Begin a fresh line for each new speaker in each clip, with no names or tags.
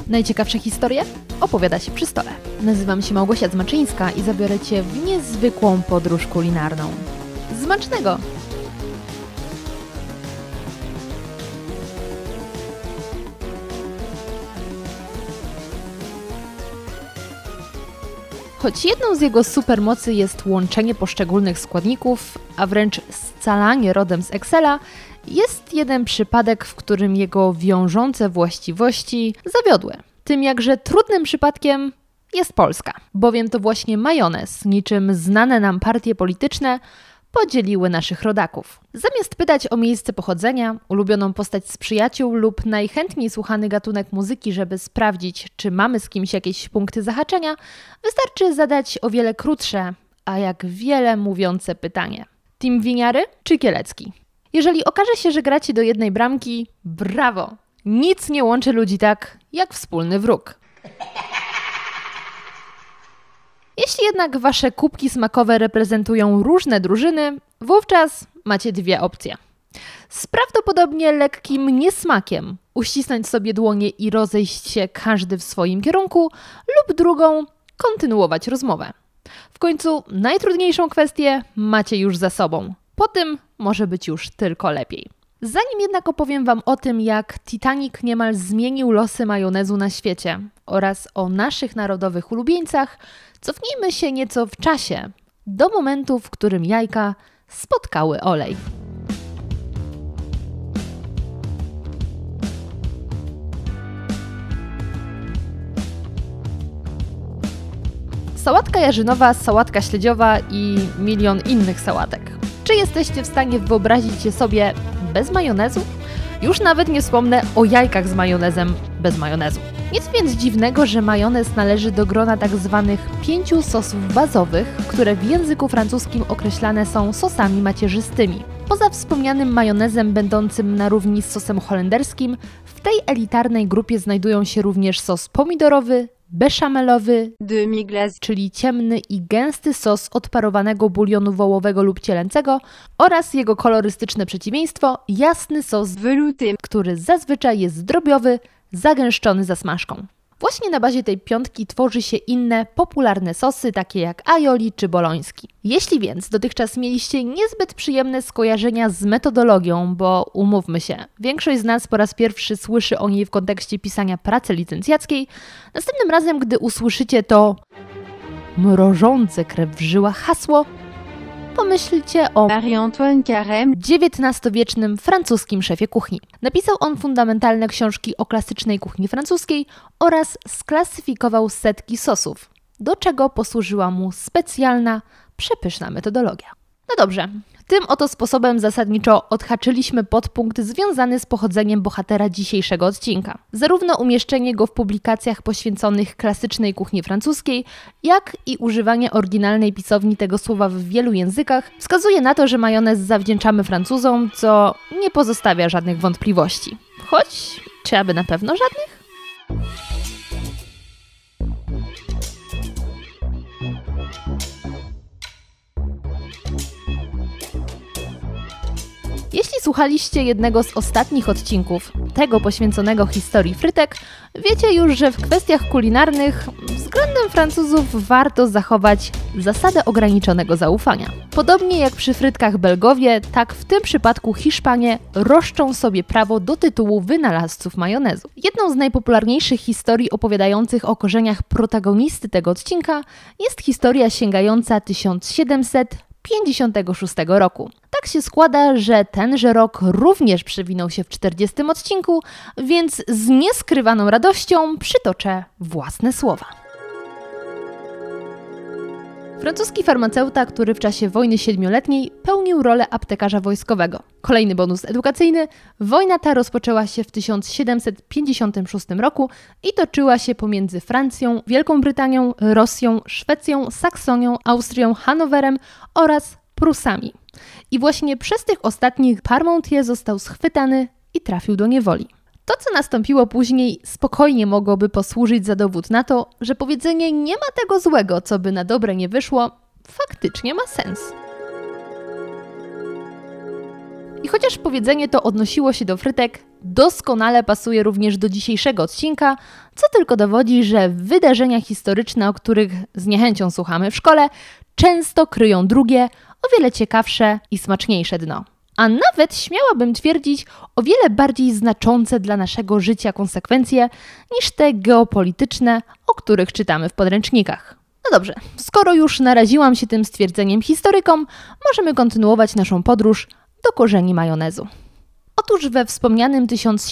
Najciekawsze historie opowiada się przy stole. Nazywam się Małgosia Zmaczyńska i zabiorę Cię w niezwykłą podróż kulinarną. Smacznego! Choć jedną z jego supermocy jest łączenie poszczególnych składników, a wręcz scalanie rodem z Excela, jest jeden przypadek, w którym jego wiążące właściwości zawiodły. Tym jakże trudnym przypadkiem jest Polska, bowiem to właśnie majonez, niczym znane nam partie polityczne, podzieliły naszych rodaków. Zamiast pytać o miejsce pochodzenia, ulubioną postać z przyjaciół lub najchętniej słuchany gatunek muzyki, żeby sprawdzić, czy mamy z kimś jakieś punkty zahaczenia, wystarczy zadać o wiele krótsze, a jak wiele mówiące pytanie. Team Winiary czy Kielecki? Jeżeli okaże się, że gracie do jednej bramki, brawo! Nic nie łączy ludzi tak, jak wspólny wróg. Jeśli jednak wasze kubki smakowe reprezentują różne drużyny, wówczas macie dwie opcje. Z prawdopodobnie lekkim niesmakiem uścisnąć sobie dłonie i rozejść się każdy w swoim kierunku, lub drugą kontynuować rozmowę. W końcu najtrudniejszą kwestię macie już za sobą. Po tym może być już tylko lepiej. Zanim jednak opowiem Wam o tym, jak Titanic niemal zmienił losy majonezu na świecie oraz o naszych narodowych ulubieńcach, cofnijmy się nieco w czasie, do momentu, w którym jajka spotkały olej. Sałatka jarzynowa, sałatka śledziowa i milion innych sałatek. Czy jesteście w stanie wyobrazić je sobie bez majonezu? Już nawet nie wspomnę o jajkach z majonezem bez majonezu. Nic więc dziwnego, że majonez należy do grona tak zwanych 5 sosów bazowych, które w języku francuskim określane są sosami macierzystymi. Poza wspomnianym majonezem będącym na równi z sosem holenderskim, w tej elitarnej grupie znajdują się również sos pomidorowy, beszamelowy, demi-glace, czyli ciemny i gęsty sos odparowanego bulionu wołowego lub cielęcego oraz jego kolorystyczne przeciwieństwo, jasny sos velouté, który zazwyczaj jest drobiowy, zagęszczony zasmażką. Właśnie na bazie tej piątki tworzy się inne popularne sosy, takie jak aioli czy boloński. Jeśli więc dotychczas mieliście niezbyt przyjemne skojarzenia z metodologią, bo umówmy się, większość z nas po raz pierwszy słyszy o niej w kontekście pisania pracy licencjackiej, następnym razem, gdy usłyszycie to mrożące krew w żyłach hasło, pomyślcie o
Marie-Antoine Carême,
XIX-wiecznym francuskim szefie kuchni. Napisał on fundamentalne książki o klasycznej kuchni francuskiej oraz sklasyfikował setki sosów, do czego posłużyła mu specjalna, przepyszna metodologia. No dobrze, tym oto sposobem zasadniczo odhaczyliśmy podpunkt związany z pochodzeniem bohatera dzisiejszego odcinka. Zarówno umieszczenie go w publikacjach poświęconych klasycznej kuchni francuskiej, jak i używanie oryginalnej pisowni tego słowa w wielu językach wskazuje na to, że majonez zawdzięczamy Francuzom, co nie pozostawia żadnych wątpliwości. Choć, czy aby na pewno żadnych? Jeśli słuchaliście jednego z ostatnich odcinków, tego poświęconego historii frytek, wiecie już, że w kwestiach kulinarnych względem Francuzów warto zachować zasadę ograniczonego zaufania. Podobnie jak przy frytkach Belgowie, tak w tym przypadku Hiszpanie roszczą sobie prawo do tytułu wynalazców majonezu. Jedną z najpopularniejszych historii opowiadających o korzeniach protagonisty tego odcinka jest historia sięgająca 1756 roku. Tak się składa, że tenże rok również przewinął się w 40 odcinku, więc z nieskrywaną radością przytoczę własne słowa. Francuski farmaceuta, który w czasie wojny siedmioletniej pełnił rolę aptekarza wojskowego. Kolejny bonus edukacyjny. Wojna ta rozpoczęła się w 1756 roku i toczyła się pomiędzy Francją, Wielką Brytanią, Rosją, Szwecją, Saksonią, Austrią, Hanowerem oraz Prusami. I właśnie przez tych ostatnich Parmentier został schwytany i trafił do niewoli. To, co nastąpiło później, spokojnie mogłoby posłużyć za dowód na to, że powiedzenie nie ma tego złego, co by na dobre nie wyszło, faktycznie ma sens. I chociaż powiedzenie to odnosiło się do frytek, doskonale pasuje również do dzisiejszego odcinka, co tylko dowodzi, że wydarzenia historyczne, o których z niechęcią słuchamy w szkole, często kryją drugie, o wiele ciekawsze i smaczniejsze dno. A nawet śmiałabym twierdzić, o wiele bardziej znaczące dla naszego życia konsekwencje niż te geopolityczne, o których czytamy w podręcznikach. No dobrze, skoro już naraziłam się tym stwierdzeniem historykom, możemy kontynuować naszą podróż do korzeni majonezu. Otóż we wspomnianym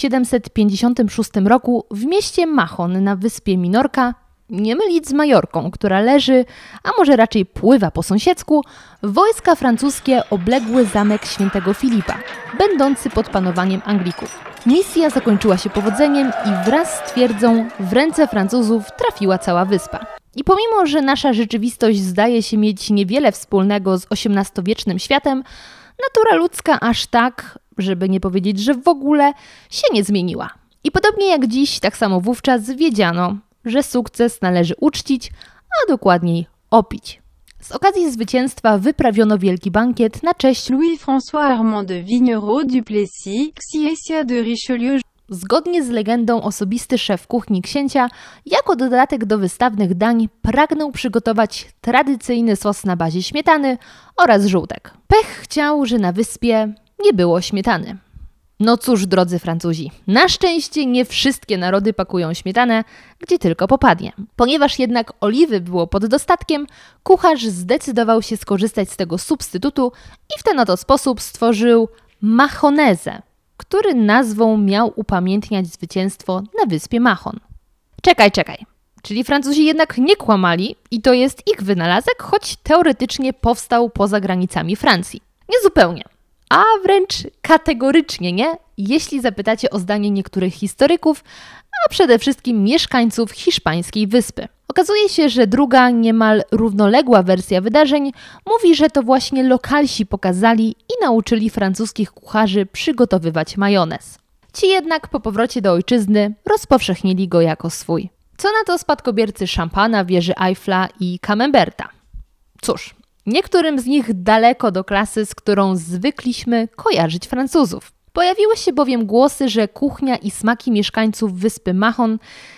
1756 roku w mieście Mahon na wyspie Minorka, nie mylić z Majorką, która leży, a może raczej pływa po sąsiedzku, wojska francuskie obległy zamek świętego Filipa, będący pod panowaniem Anglików. Misja zakończyła się powodzeniem i wraz z twierdzą w ręce Francuzów trafiła cała wyspa. I pomimo, że nasza rzeczywistość zdaje się mieć niewiele wspólnego z XVIII-wiecznym światem, natura ludzka aż tak, żeby nie powiedzieć, że w ogóle, się nie zmieniła. I podobnie jak dziś, tak samo wówczas wiedziano, że sukces należy uczcić, a dokładniej opić. Z okazji zwycięstwa wyprawiono wielki bankiet na cześć
Louis-François Armand de Vignereau du Plessis, Xiésia de Richelieu.
Zgodnie z legendą osobisty szef kuchni księcia, jako dodatek do wystawnych dań pragnął przygotować tradycyjny sos na bazie śmietany oraz żółtek. Pech chciał, że na wyspie nie było śmietany. No cóż, drodzy Francuzi, na szczęście nie wszystkie narody pakują śmietanę, gdzie tylko popadnie. Ponieważ jednak oliwy było pod dostatkiem, kucharz zdecydował się skorzystać z tego substytutu i w ten oto sposób stworzył mahonezę, który nazwą miał upamiętniać zwycięstwo na wyspie Mahon. Czekaj. Czyli Francuzi jednak nie kłamali i to jest ich wynalazek, choć teoretycznie powstał poza granicami Francji. Niezupełnie. A wręcz kategorycznie nie, jeśli zapytacie o zdanie niektórych historyków, a przede wszystkim mieszkańców hiszpańskiej wyspy. Okazuje się, że druga, niemal równoległa wersja wydarzeń mówi, że to właśnie lokalsi pokazali i nauczyli francuskich kucharzy przygotowywać majonez. Ci jednak po powrocie do ojczyzny rozpowszechnili go jako swój. Co na to spadkobiercy szampana, wieży Eiffla i Camemberta? Cóż, niektórym z nich daleko do klasy, z którą zwykliśmy kojarzyć Francuzów. Pojawiły się bowiem głosy, że kuchnia i smaki mieszkańców wyspy Mahon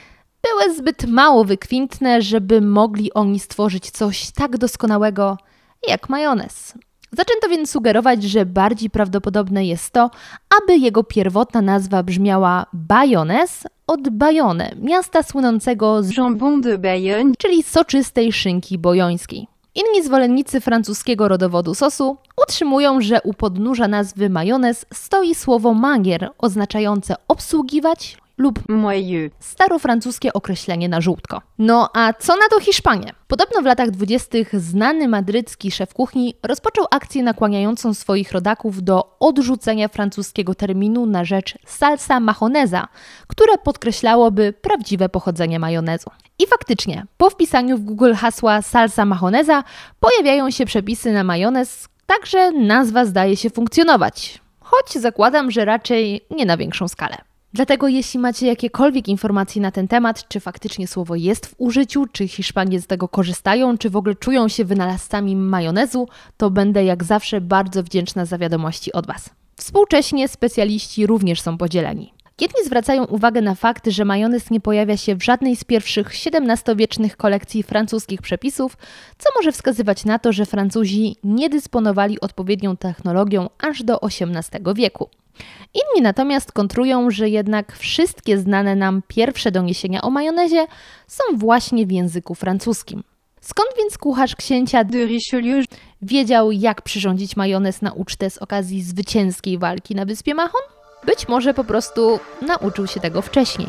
były zbyt mało wykwintne, żeby mogli oni stworzyć coś tak doskonałego jak majonez. Zaczęto więc sugerować, że bardziej prawdopodobne jest to, aby jego pierwotna nazwa brzmiała Bayonez od Bayonne, miasta słynącego z
Jambon de Bayonne,
czyli soczystej szynki bojońskiej. Inni zwolennicy francuskiego rodowodu sosu utrzymują, że u podnóża nazwy majonez stoi słowo manger, oznaczające obsługiwać lub
moyeux,
starofrancuskie określenie na żółtko. No a co na to Hiszpanie? Podobno w latach 20. znany madrycki szef kuchni rozpoczął akcję nakłaniającą swoich rodaków do odrzucenia francuskiego terminu na rzecz salsa mahoneza, które podkreślałoby prawdziwe pochodzenie majonezu. I faktycznie, po wpisaniu w Google hasła salsa mahoneza pojawiają się przepisy na majonez, także nazwa zdaje się funkcjonować. Choć zakładam, że raczej nie na większą skalę. Dlatego jeśli macie jakiekolwiek informacje na ten temat, czy faktycznie słowo jest w użyciu, czy Hiszpanie z tego korzystają, czy w ogóle czują się wynalazcami majonezu, to będę jak zawsze bardzo wdzięczna za wiadomości od Was. Współcześnie specjaliści również są podzieleni. Jedni zwracają uwagę na fakt, że majonez nie pojawia się w żadnej z pierwszych XVII-wiecznych kolekcji francuskich przepisów, co może wskazywać na to, że Francuzi nie dysponowali odpowiednią technologią aż do XVIII wieku. Inni natomiast kontrują, że jednak wszystkie znane nam pierwsze doniesienia o majonezie są właśnie w języku francuskim. Skąd więc kucharz księcia
de Richelieu
wiedział, jak przyrządzić majonez na ucztę z okazji zwycięskiej walki na wyspie Mahon? Być może po prostu nauczył się tego wcześniej.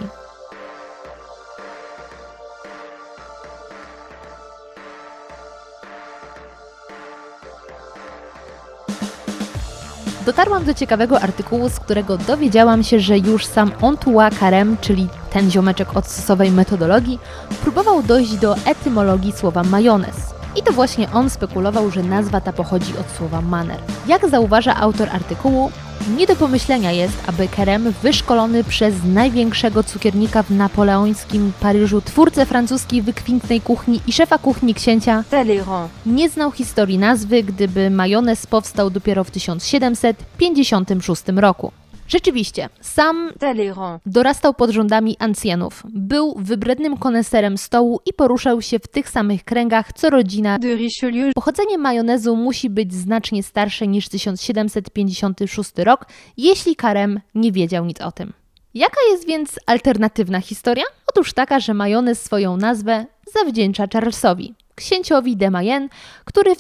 Dotarłam do ciekawego artykułu, z którego dowiedziałam się, że już sam Antoine Carême, czyli ten ziomeczek od sosowej metodologii, próbował dojść do etymologii słowa majonez. I to właśnie on spekulował, że nazwa ta pochodzi od słowa manner. Jak zauważa autor artykułu, Nie do pomyślenia jest, aby Kerem, wyszkolony przez największego cukiernika w napoleońskim Paryżu, twórcę francuskiej wykwintnej kuchni i szefa kuchni księcia,
Talleyrand,
nie znał historii nazwy, gdyby majonez powstał dopiero w 1756 roku. Rzeczywiście, sam
Talleyrand,
dorastał pod rządami ancjanów, był wybrednym koneserem stołu i poruszał się w tych samych kręgach co rodzina.
de Richelieu,
Pochodzenie majonezu musi być znacznie starsze niż 1756 rok, jeśli Kerem nie wiedział nic o tym. Jaka jest więc alternatywna historia? Otóż taka, że majonez swoją nazwę zawdzięcza Charlesowi, księciowi de Mayenne, który w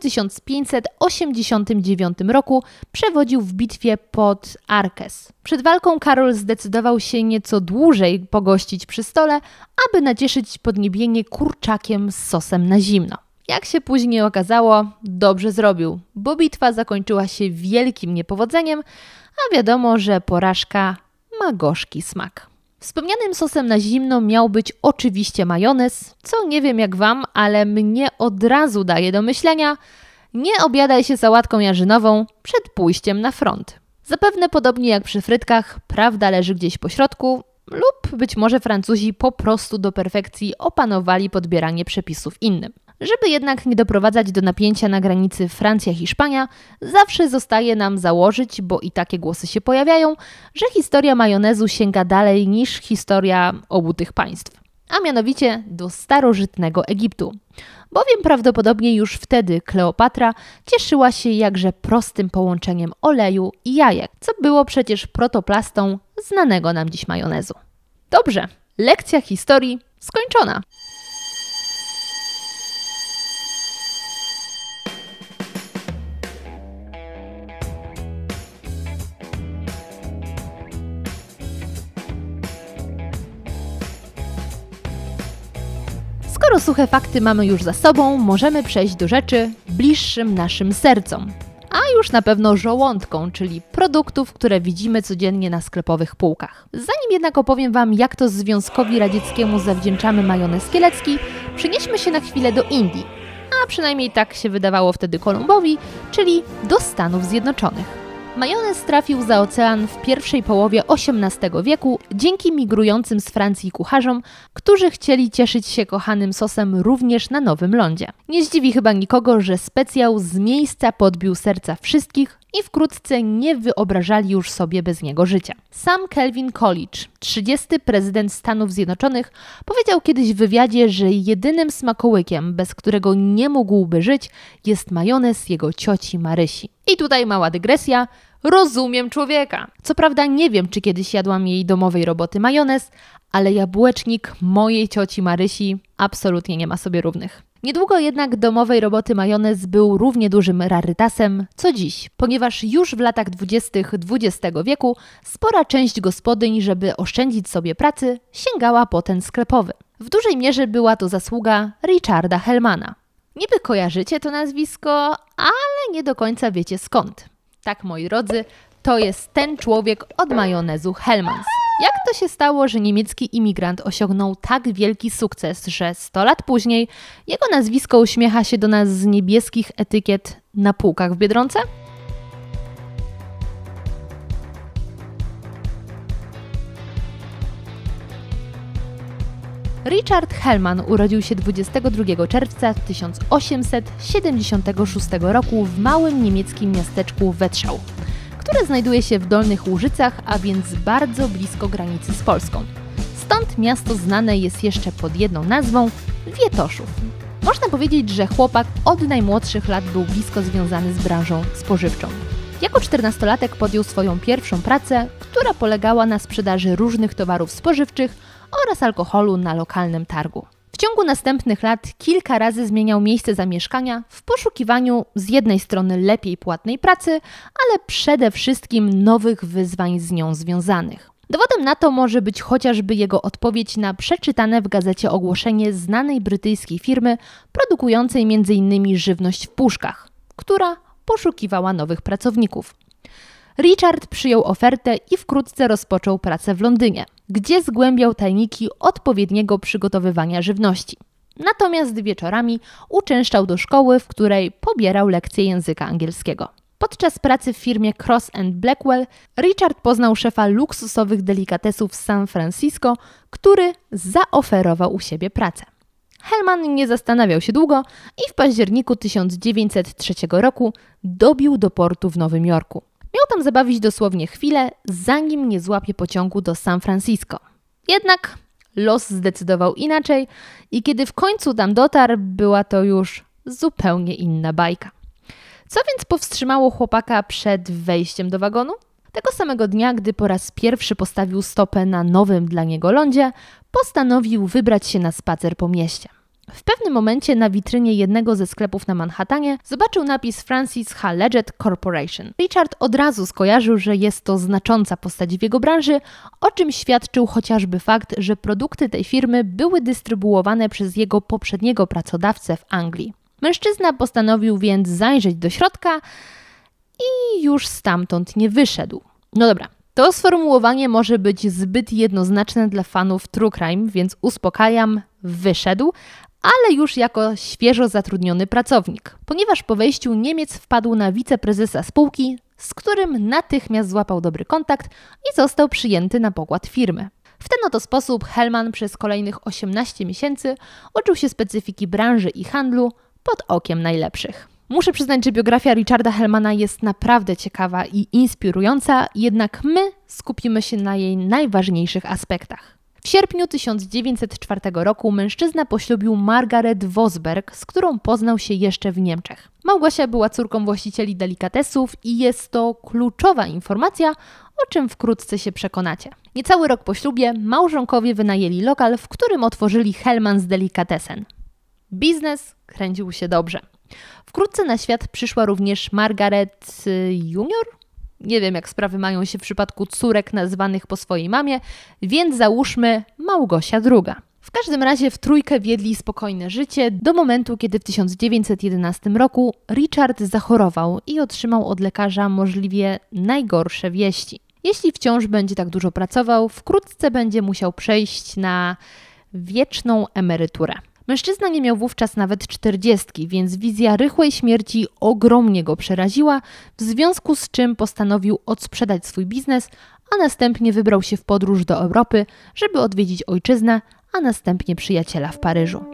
1589 roku przewodził w bitwie pod Arques. Przed walką Karol zdecydował się nieco dłużej pogościć przy stole, aby nacieszyć podniebienie kurczakiem z sosem na zimno. Jak się później okazało, dobrze zrobił, bo bitwa zakończyła się wielkim niepowodzeniem, a wiadomo, że porażka ma gorzki smak. Wspomnianym sosem na zimno miał być oczywiście majonez, co nie wiem jak Wam, ale mnie od razu daje do myślenia: nie obiadaj się sałatką jarzynową przed pójściem na front. Zapewne podobnie jak przy frytkach, prawda leży gdzieś po środku, lub być może Francuzi po prostu do perfekcji opanowali podbieranie przepisów innym. Żeby jednak nie doprowadzać do napięcia na granicy Francja-Hiszpania, zawsze zostaje nam założyć, bo i takie głosy się pojawiają, że historia majonezu sięga dalej niż historia obu tych państw, a mianowicie do starożytnego Egiptu. Bowiem prawdopodobnie już wtedy Kleopatra cieszyła się jakże prostym połączeniem oleju i jajek, co było przecież protoplastą znanego nam dziś majonezu. Dobrze, lekcja historii skończona. Skoro suche fakty mamy już za sobą, możemy przejść do rzeczy bliższym naszym sercom, a już na pewno żołądkom, czyli produktów, które widzimy codziennie na sklepowych półkach. Zanim jednak opowiem Wam, jak to Związkowi Radzieckiemu zawdzięczamy majonez kielecki, przenieśmy się na chwilę do Indii, a przynajmniej tak się wydawało wtedy Kolumbowi, czyli do Stanów Zjednoczonych. Majonez trafił za ocean w pierwszej połowie XVIII wieku dzięki migrującym z Francji kucharzom, którzy chcieli cieszyć się kochanym sosem również na Nowym Lądzie. Nie zdziwi chyba nikogo, że specjał z miejsca podbił serca wszystkich i wkrótce nie wyobrażali już sobie bez niego życia. Sam Calvin Coolidge, 30. prezydent Stanów Zjednoczonych, powiedział kiedyś w wywiadzie, że jedynym smakołykiem, bez którego nie mógłby żyć, jest majonez jego cioci Marysi. I tutaj mała dygresja. Rozumiem człowieka. Co prawda nie wiem, czy kiedyś jadłam jej domowej roboty majonez, ale jabłecznik mojej cioci Marysi absolutnie nie ma sobie równych. Niedługo jednak domowej roboty majonez był równie dużym rarytasem co dziś, ponieważ już w latach 20. XX wieku spora część gospodyń, żeby oszczędzić sobie pracy, sięgała po ten sklepowy. W dużej mierze była to zasługa Richarda Hellmana. Niby kojarzycie to nazwisko, ale nie do końca wiecie skąd. Tak, moi drodzy, to jest ten człowiek od majonezu Hellmann's. Jak to się stało, że niemiecki imigrant osiągnął tak wielki sukces, że 100 lat później jego nazwisko uśmiecha się do nas z niebieskich etykiet na półkach w Biedronce? Richard Hellman urodził się 22 czerwca 1876 roku w małym niemieckim miasteczku Wetschau, które znajduje się w Dolnych Łużycach, a więc bardzo blisko granicy z Polską. Stąd miasto znane jest jeszcze pod jedną nazwą – Wietoszów. Można powiedzieć, że chłopak od najmłodszych lat był blisko związany z branżą spożywczą. Jako 14-latek podjął swoją pierwszą pracę, która polegała na sprzedaży różnych towarów spożywczych oraz alkoholu na lokalnym targu. W ciągu następnych lat kilka razy zmieniał miejsce zamieszkania w poszukiwaniu z jednej strony lepiej płatnej pracy, ale przede wszystkim nowych wyzwań z nią związanych. Dowodem na to może być chociażby jego odpowiedź na przeczytane w gazecie ogłoszenie znanej brytyjskiej firmy produkującej m.in. żywność w puszkach, która poszukiwała nowych pracowników. Richard przyjął ofertę i wkrótce rozpoczął pracę w Londynie, gdzie zgłębiał tajniki odpowiedniego przygotowywania żywności. Natomiast wieczorami uczęszczał do szkoły, w której pobierał lekcje języka angielskiego. Podczas pracy w firmie Cross Blackwell Richard poznał szefa luksusowych delikatesów z San Francisco, który zaoferował u siebie pracę. Hellman nie zastanawiał się długo i w październiku 1903 roku dobił do portu w Nowym Jorku. Miał tam zabawić dosłownie chwilę, zanim nie złapie pociągu do San Francisco. Jednak los zdecydował inaczej i kiedy w końcu tam dotarł, była to już zupełnie inna bajka. Co więc powstrzymało chłopaka przed wejściem do wagonu? Tego samego dnia, gdy po raz pierwszy postawił stopę na nowym dla niego lądzie, postanowił wybrać się na spacer po mieście. W pewnym momencie na witrynie jednego ze sklepów na Manhattanie zobaczył napis Francis H. Leggett Corporation. Richard od razu skojarzył, że jest to znacząca postać w jego branży, o czym świadczył chociażby fakt, że produkty tej firmy były dystrybuowane przez jego poprzedniego pracodawcę w Anglii. Mężczyzna postanowił więc zajrzeć do środka i już stamtąd nie wyszedł. No dobra, to sformułowanie może być zbyt jednoznaczne dla fanów True Crime, więc uspokajam, wyszedł, ale już jako świeżo zatrudniony pracownik, ponieważ po wejściu Niemiec wpadł na wiceprezesa spółki, z którym natychmiast złapał dobry kontakt i został przyjęty na pokład firmy. W ten oto sposób Hellman przez kolejnych 18 miesięcy uczył się specyfiki branży i handlu pod okiem najlepszych. Muszę przyznać, że biografia Richarda Hellmana jest naprawdę ciekawa i inspirująca, jednak my skupimy się na jej najważniejszych aspektach. W sierpniu 1904 roku mężczyzna poślubił Margaret Vosberg, z którą poznał się jeszcze w Niemczech. Małgosia była córką właścicieli delikatesów i jest to kluczowa informacja, o czym wkrótce się przekonacie. Niecały rok po ślubie małżonkowie wynajęli lokal, w którym otworzyli Hellman's Delikatesen. Biznes kręcił się dobrze. Wkrótce na świat przyszła również Margaret Junior? Nie wiem, jak sprawy mają się w przypadku córek nazwanych po swojej mamie, więc załóżmy Małgosia II. W każdym razie w trójkę wiedli spokojne życie do momentu, kiedy w 1911 roku Richard zachorował i otrzymał od lekarza możliwie najgorsze wieści. Jeśli wciąż będzie tak dużo pracował, wkrótce będzie musiał przejść na wieczną emeryturę. Mężczyzna nie miał wówczas nawet 40, więc wizja rychłej śmierci ogromnie go przeraziła, w związku z czym postanowił odsprzedać swój biznes, a następnie wybrał się w podróż do Europy, żeby odwiedzić ojczyznę, a następnie przyjaciela w Paryżu.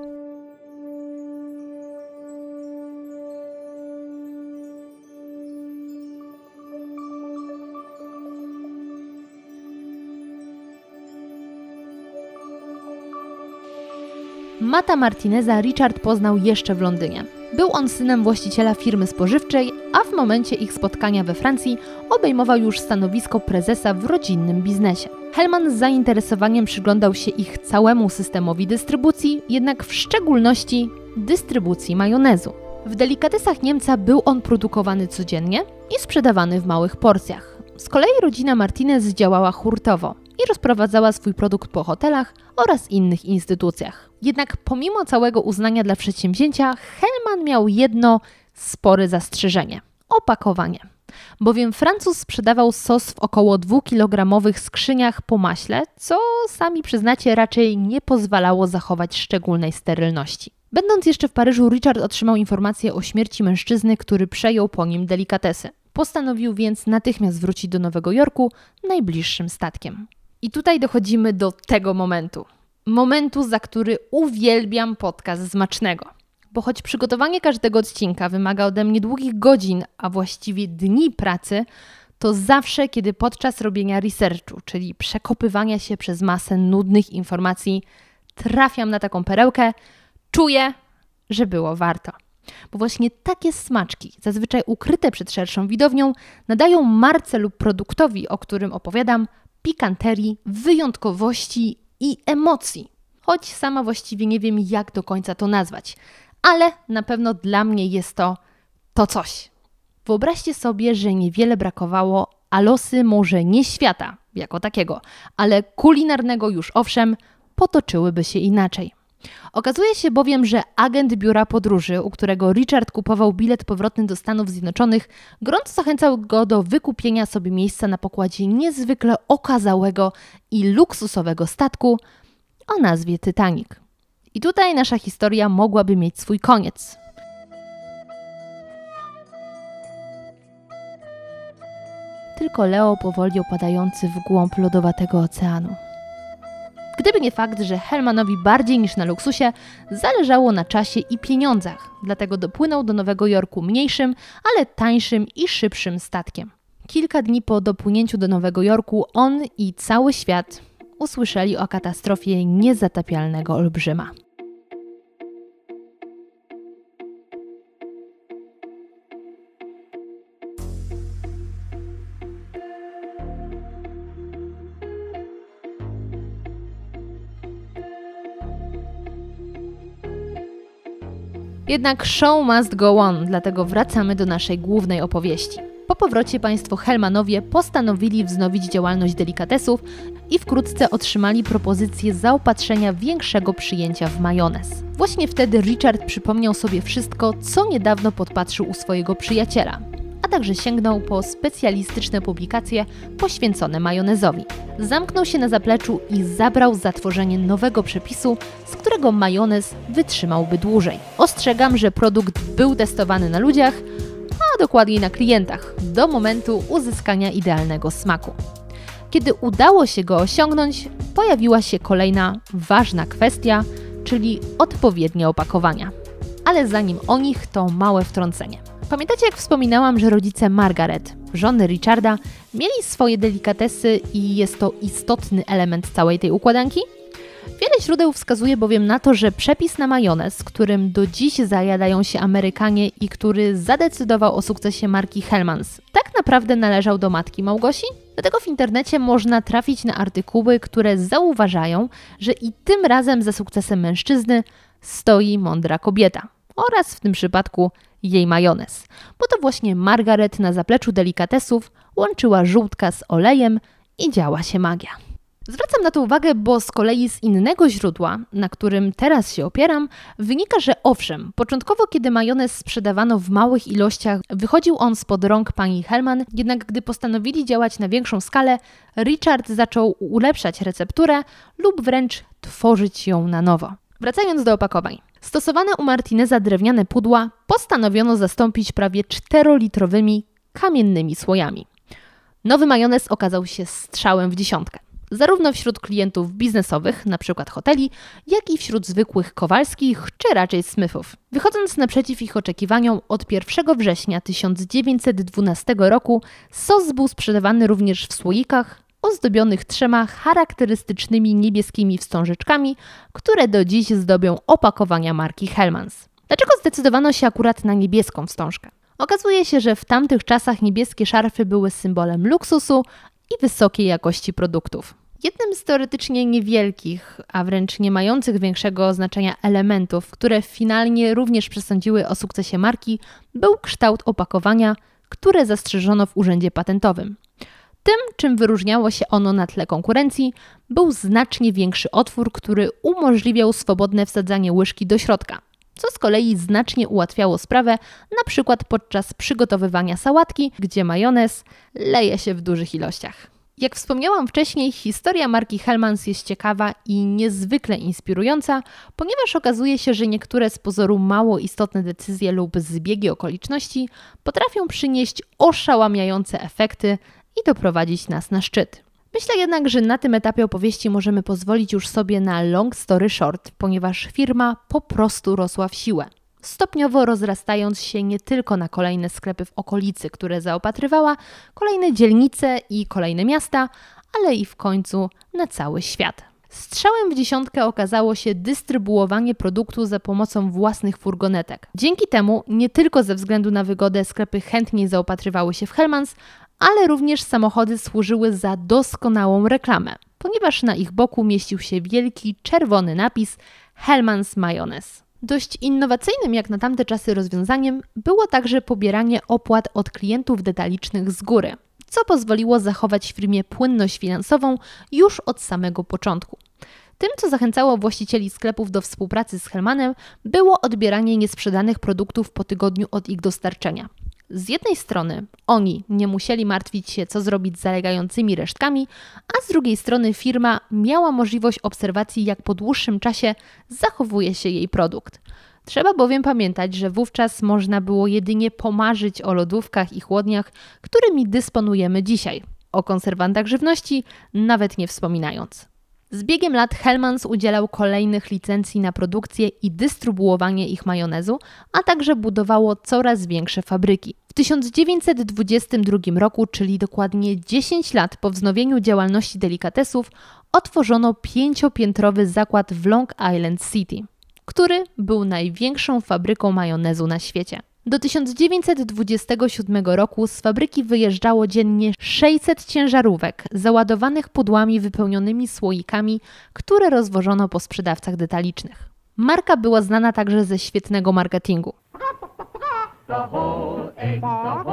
Matta Martineza Richard poznał jeszcze w Londynie. Był on synem właściciela firmy spożywczej, a w momencie ich spotkania we Francji obejmował już stanowisko prezesa w rodzinnym biznesie. Hellman z zainteresowaniem przyglądał się ich całemu systemowi dystrybucji, jednak w szczególności dystrybucji majonezu. W delikatesach Niemca był on produkowany codziennie i sprzedawany w małych porcjach. Z kolei rodzina Martinez działała hurtowo i rozprowadzała swój produkt po hotelach oraz innych instytucjach. Jednak pomimo całego uznania dla przedsięwzięcia, Hellman miał jedno spore zastrzeżenie – opakowanie. Bowiem Francuz sprzedawał sos w około 2-kilogramowych skrzyniach po maśle, co sami przyznacie raczej nie pozwalało zachować szczególnej sterylności. Będąc jeszcze w Paryżu, Richard otrzymał informację o śmierci mężczyzny, który przejął po nim delikatesy. Postanowił więc natychmiast wrócić do Nowego Jorku najbliższym statkiem. I tutaj dochodzimy do tego momentu. Momentu, za który uwielbiam podcast Smacznego. Bo choć przygotowanie każdego odcinka wymaga ode mnie długich godzin, a właściwie dni pracy, to zawsze, kiedy podczas robienia researchu, czyli przekopywania się przez masę nudnych informacji, trafiam na taką perełkę, czuję, że było warto. Bo właśnie takie smaczki, zazwyczaj ukryte przed szerszą widownią, nadają marce lub produktowi, o którym opowiadam, pikanterii, wyjątkowości i emocji. Choć sama właściwie nie wiem, jak do końca to nazwać. Ale na pewno dla mnie jest to coś. Wyobraźcie sobie, że niewiele brakowało, a losy może nie świata jako takiego, ale kulinarnego już owszem, potoczyłyby się inaczej. Okazuje się bowiem, że agent biura podróży, u którego Richard kupował bilet powrotny do Stanów Zjednoczonych, gorąco zachęcał go do wykupienia sobie miejsca na pokładzie niezwykle okazałego i luksusowego statku o nazwie Titanic. I tutaj nasza historia mogłaby mieć swój koniec. tylko Leo powoli opadający w głąb lodowatego oceanu. Gdyby nie fakt, że Hellmanowi bardziej niż na luksusie zależało na czasie i pieniądzach, dlatego dopłynął do Nowego Jorku mniejszym, ale tańszym i szybszym statkiem. Kilka dni po dopłynięciu do Nowego Jorku on i cały świat usłyszeli o katastrofie niezatapialnego olbrzyma. Jednak show must go on, dlatego wracamy do naszej głównej opowieści. Po powrocie państwo Hellmanowie postanowili wznowić działalność delikatesów i wkrótce otrzymali propozycję zaopatrzenia większego przyjęcia w majonez. Właśnie wtedy Richard przypomniał sobie wszystko, co niedawno podpatrzył u swojego przyjaciela, a także sięgnął po specjalistyczne publikacje poświęcone majonezowi. Zamknął się na zapleczu i zabrał za tworzenie nowego przepisu, z którego majonez wytrzymałby dłużej. Ostrzegam, że produkt był testowany na ludziach, a dokładniej na klientach, do momentu uzyskania idealnego smaku. Kiedy udało się go osiągnąć, pojawiła się kolejna ważna kwestia, czyli odpowiednie opakowania. Ale zanim o nich, to małe wtrącenie. Pamiętacie, jak wspominałam, że rodzice Margaret, żony Richarda, mieli swoje delikatesy i jest to istotny element całej tej układanki? Wiele źródeł wskazuje bowiem na to, że przepis na majonez, którym do dziś zajadają się Amerykanie i który zadecydował o sukcesie marki Hellmann's, tak naprawdę należał do matki Małgosi? Dlatego w internecie można trafić na artykuły, które zauważają, że i tym razem za sukcesem mężczyzny stoi mądra kobieta oraz w tym przypadku jej majonez, bo to właśnie Margaret na zapleczu delikatesów łączyła żółtka z olejem i działa się magia. Zwracam na to uwagę, bo z kolei z innego źródła, na którym teraz się opieram, wynika, że owszem, początkowo kiedy majonez sprzedawano w małych ilościach, wychodził on spod rąk pani Hellman, jednak gdy postanowili działać na większą skalę, Richard zaczął ulepszać recepturę lub wręcz tworzyć ją na nowo. Wracając do opakowań. Stosowane u Martineza drewniane pudła postanowiono zastąpić prawie 4-litrowymi kamiennymi słojami. Nowy majonez okazał się strzałem w dziesiątkę. Zarówno wśród klientów biznesowych, np. hoteli, jak i wśród zwykłych Kowalskich, czy raczej Smithów. Wychodząc naprzeciw ich oczekiwaniom, od 1 września 1912 roku sos był sprzedawany również w słoikach ozdobionych 3 charakterystycznymi niebieskimi wstążeczkami, które do dziś zdobią opakowania marki Hellmann's. Dlaczego zdecydowano się akurat na niebieską wstążkę? Okazuje się, że w tamtych czasach niebieskie szarfy były symbolem luksusu i wysokiej jakości produktów. Jednym z teoretycznie niewielkich, a wręcz nie mających większego znaczenia elementów, które finalnie również przesądziły o sukcesie marki, był kształt opakowania, które zastrzeżono w urzędzie patentowym. Tym, czym wyróżniało się ono na tle konkurencji, był znacznie większy otwór, który umożliwiał swobodne wsadzanie łyżki do środka, co z kolei znacznie ułatwiało sprawę, na przykład podczas przygotowywania sałatki, gdzie majonez leje się w dużych ilościach. Jak wspomniałam wcześniej, historia marki Hellmann's jest ciekawa i niezwykle inspirująca, ponieważ okazuje się, że niektóre z pozoru mało istotne decyzje lub zbiegi okoliczności potrafią przynieść oszałamiające efekty i doprowadzić nas na szczyt. Myślę jednak, że na tym etapie opowieści możemy pozwolić już sobie na long story short, ponieważ firma po prostu rosła w siłę. Stopniowo rozrastając się nie tylko na kolejne sklepy w okolicy, które zaopatrywała, kolejne dzielnice i kolejne miasta, ale i w końcu na cały świat. Strzałem w dziesiątkę okazało się dystrybuowanie produktu za pomocą własnych furgonetek. Dzięki temu nie tylko ze względu na wygodę sklepy chętniej zaopatrywały się w Hellmann's, ale również samochody służyły za doskonałą reklamę, ponieważ na ich boku mieścił się wielki czerwony napis Hellmann's Mayonnaise. Dość innowacyjnym jak na tamte czasy rozwiązaniem było także pobieranie opłat od klientów detalicznych z góry, co pozwoliło zachować firmie płynność finansową już od samego początku. Tym, co zachęcało właścicieli sklepów do współpracy z Hellmanem, było odbieranie niesprzedanych produktów po tygodniu od ich dostarczenia. Z jednej strony oni nie musieli martwić się, co zrobić z zalegającymi resztkami, a z drugiej strony firma miała możliwość obserwacji, jak po dłuższym czasie zachowuje się jej produkt. Trzeba bowiem pamiętać, że wówczas można było jedynie pomarzyć o lodówkach i chłodniach, którymi dysponujemy dzisiaj. O konserwantach żywności nawet nie wspominając. Z biegiem lat Hellmann's udzielał kolejnych licencji na produkcję i dystrybuowanie ich majonezu, a także budowało coraz większe fabryki. W 1922 roku, czyli dokładnie 10 lat po wznowieniu działalności delikatesów, otworzono 5-piętrowy zakład w Long Island City, który był największą fabryką majonezu na świecie. Do 1927 roku z fabryki wyjeżdżało dziennie 600 ciężarówek załadowanych pudłami wypełnionymi słoikami, które rozwożono po sprzedawcach detalicznych. Marka była znana także ze świetnego marketingu.
The whole egg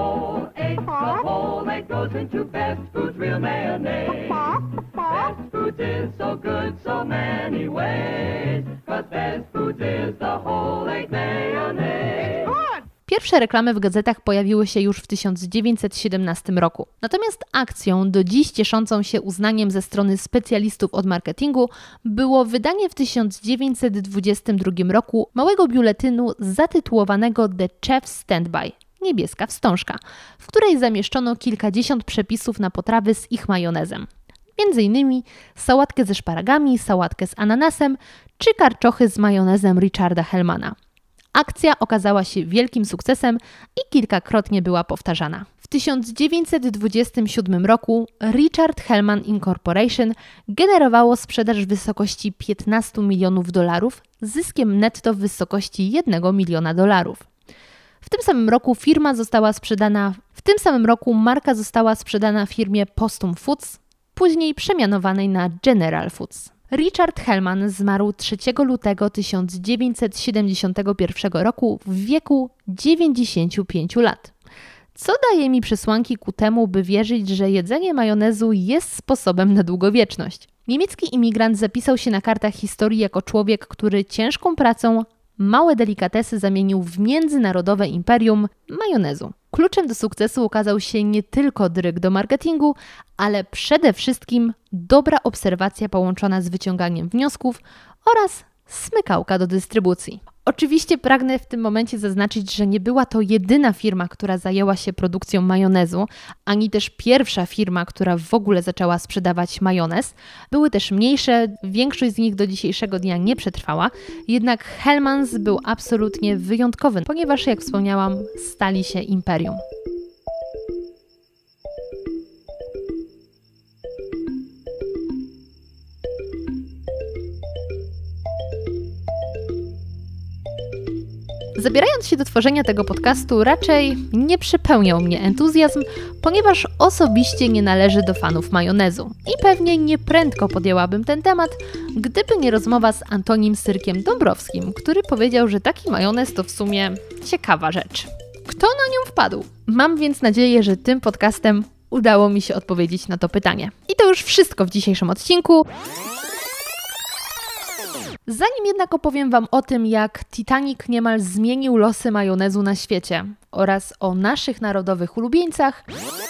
goes into Best Foods real mayonnaise. Best Foods is so good so many ways, but Best Foods is the whole egg mayonnaise.
Pierwsze reklamy w gazetach pojawiły się już w 1917 roku. Natomiast akcją, do dziś cieszącą się uznaniem ze strony specjalistów od marketingu, było wydanie w 1922 roku małego biuletynu zatytułowanego The Chef's Standby – niebieska wstążka, w której zamieszczono kilkadziesiąt przepisów na potrawy z ich majonezem. Między innymi sałatkę ze szparagami, sałatkę z ananasem czy karczochy z majonezem Richarda Hellmana. Akcja okazała się wielkim sukcesem i kilkakrotnie była powtarzana. W 1927 roku Richard Hellman Incorporation generowało sprzedaż w wysokości $15 milionów, z zyskiem netto w wysokości $1 miliona. W tym samym roku marka została sprzedana firmie Postum Foods, później przemianowanej na General Foods. Richard Hellman zmarł 3 lutego 1971 roku w wieku 95 lat. Co daje mi przesłanki ku temu, by wierzyć, że jedzenie majonezu jest sposobem na długowieczność. Niemiecki imigrant zapisał się na kartach historii jako człowiek, który ciężką pracą małe delikatesy zamienił w międzynarodowe imperium majonezu. Kluczem do sukcesu okazał się nie tylko dryg do marketingu, ale przede wszystkim dobra obserwacja połączona z wyciąganiem wniosków oraz smykałka do dystrybucji. Oczywiście pragnę w tym momencie zaznaczyć, że nie była to jedyna firma, która zajęła się produkcją majonezu, ani też pierwsza firma, która w ogóle zaczęła sprzedawać majonez. Były też mniejsze, większość z nich do dzisiejszego dnia nie przetrwała, jednak Hellmann's był absolutnie wyjątkowy, ponieważ, jak wspomniałam, stali się imperium. Zabierając się do tworzenia tego podcastu, raczej nie przepełniał mnie entuzjazm, ponieważ osobiście nie należy do fanów majonezu. I pewnie nieprędko podjęłabym ten temat, gdyby nie rozmowa z Antonim Syrkiem Dąbrowskim, który powiedział, że taki majonez to w sumie ciekawa rzecz. Kto na nią wpadł? Mam więc nadzieję, że tym podcastem udało mi się odpowiedzieć na to pytanie. I to już wszystko w dzisiejszym odcinku. Zanim jednak opowiem Wam o tym, jak Titanic niemal zmienił losy majonezu na świecie oraz o naszych narodowych ulubieńcach.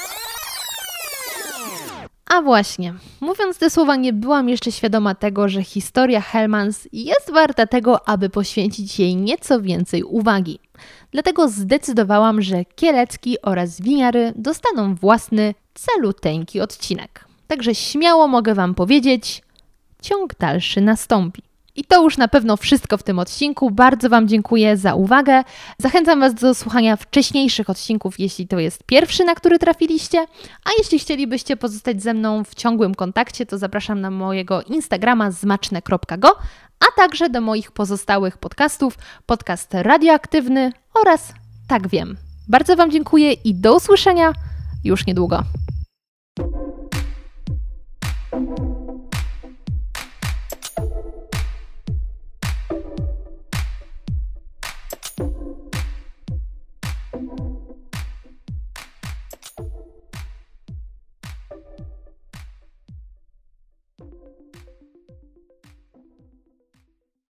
A właśnie, mówiąc te słowa, nie byłam jeszcze świadoma tego, że historia Hellmann's jest warta tego, aby poświęcić jej nieco więcej uwagi. Dlatego zdecydowałam, że Kielecki oraz Winiary dostaną własny, caluteńki odcinek. Także śmiało mogę Wam powiedzieć, ciąg dalszy nastąpi. I to już na pewno wszystko w tym odcinku. Bardzo Wam dziękuję za uwagę. Zachęcam Was do słuchania wcześniejszych odcinków, jeśli to jest pierwszy, na który trafiliście. A jeśli chcielibyście pozostać ze mną w ciągłym kontakcie, to zapraszam na mojego Instagrama zmaczne.go, a także do moich pozostałych podcastów, podcast radioaktywny oraz Tak Wiem. Bardzo Wam dziękuję i do usłyszenia już niedługo.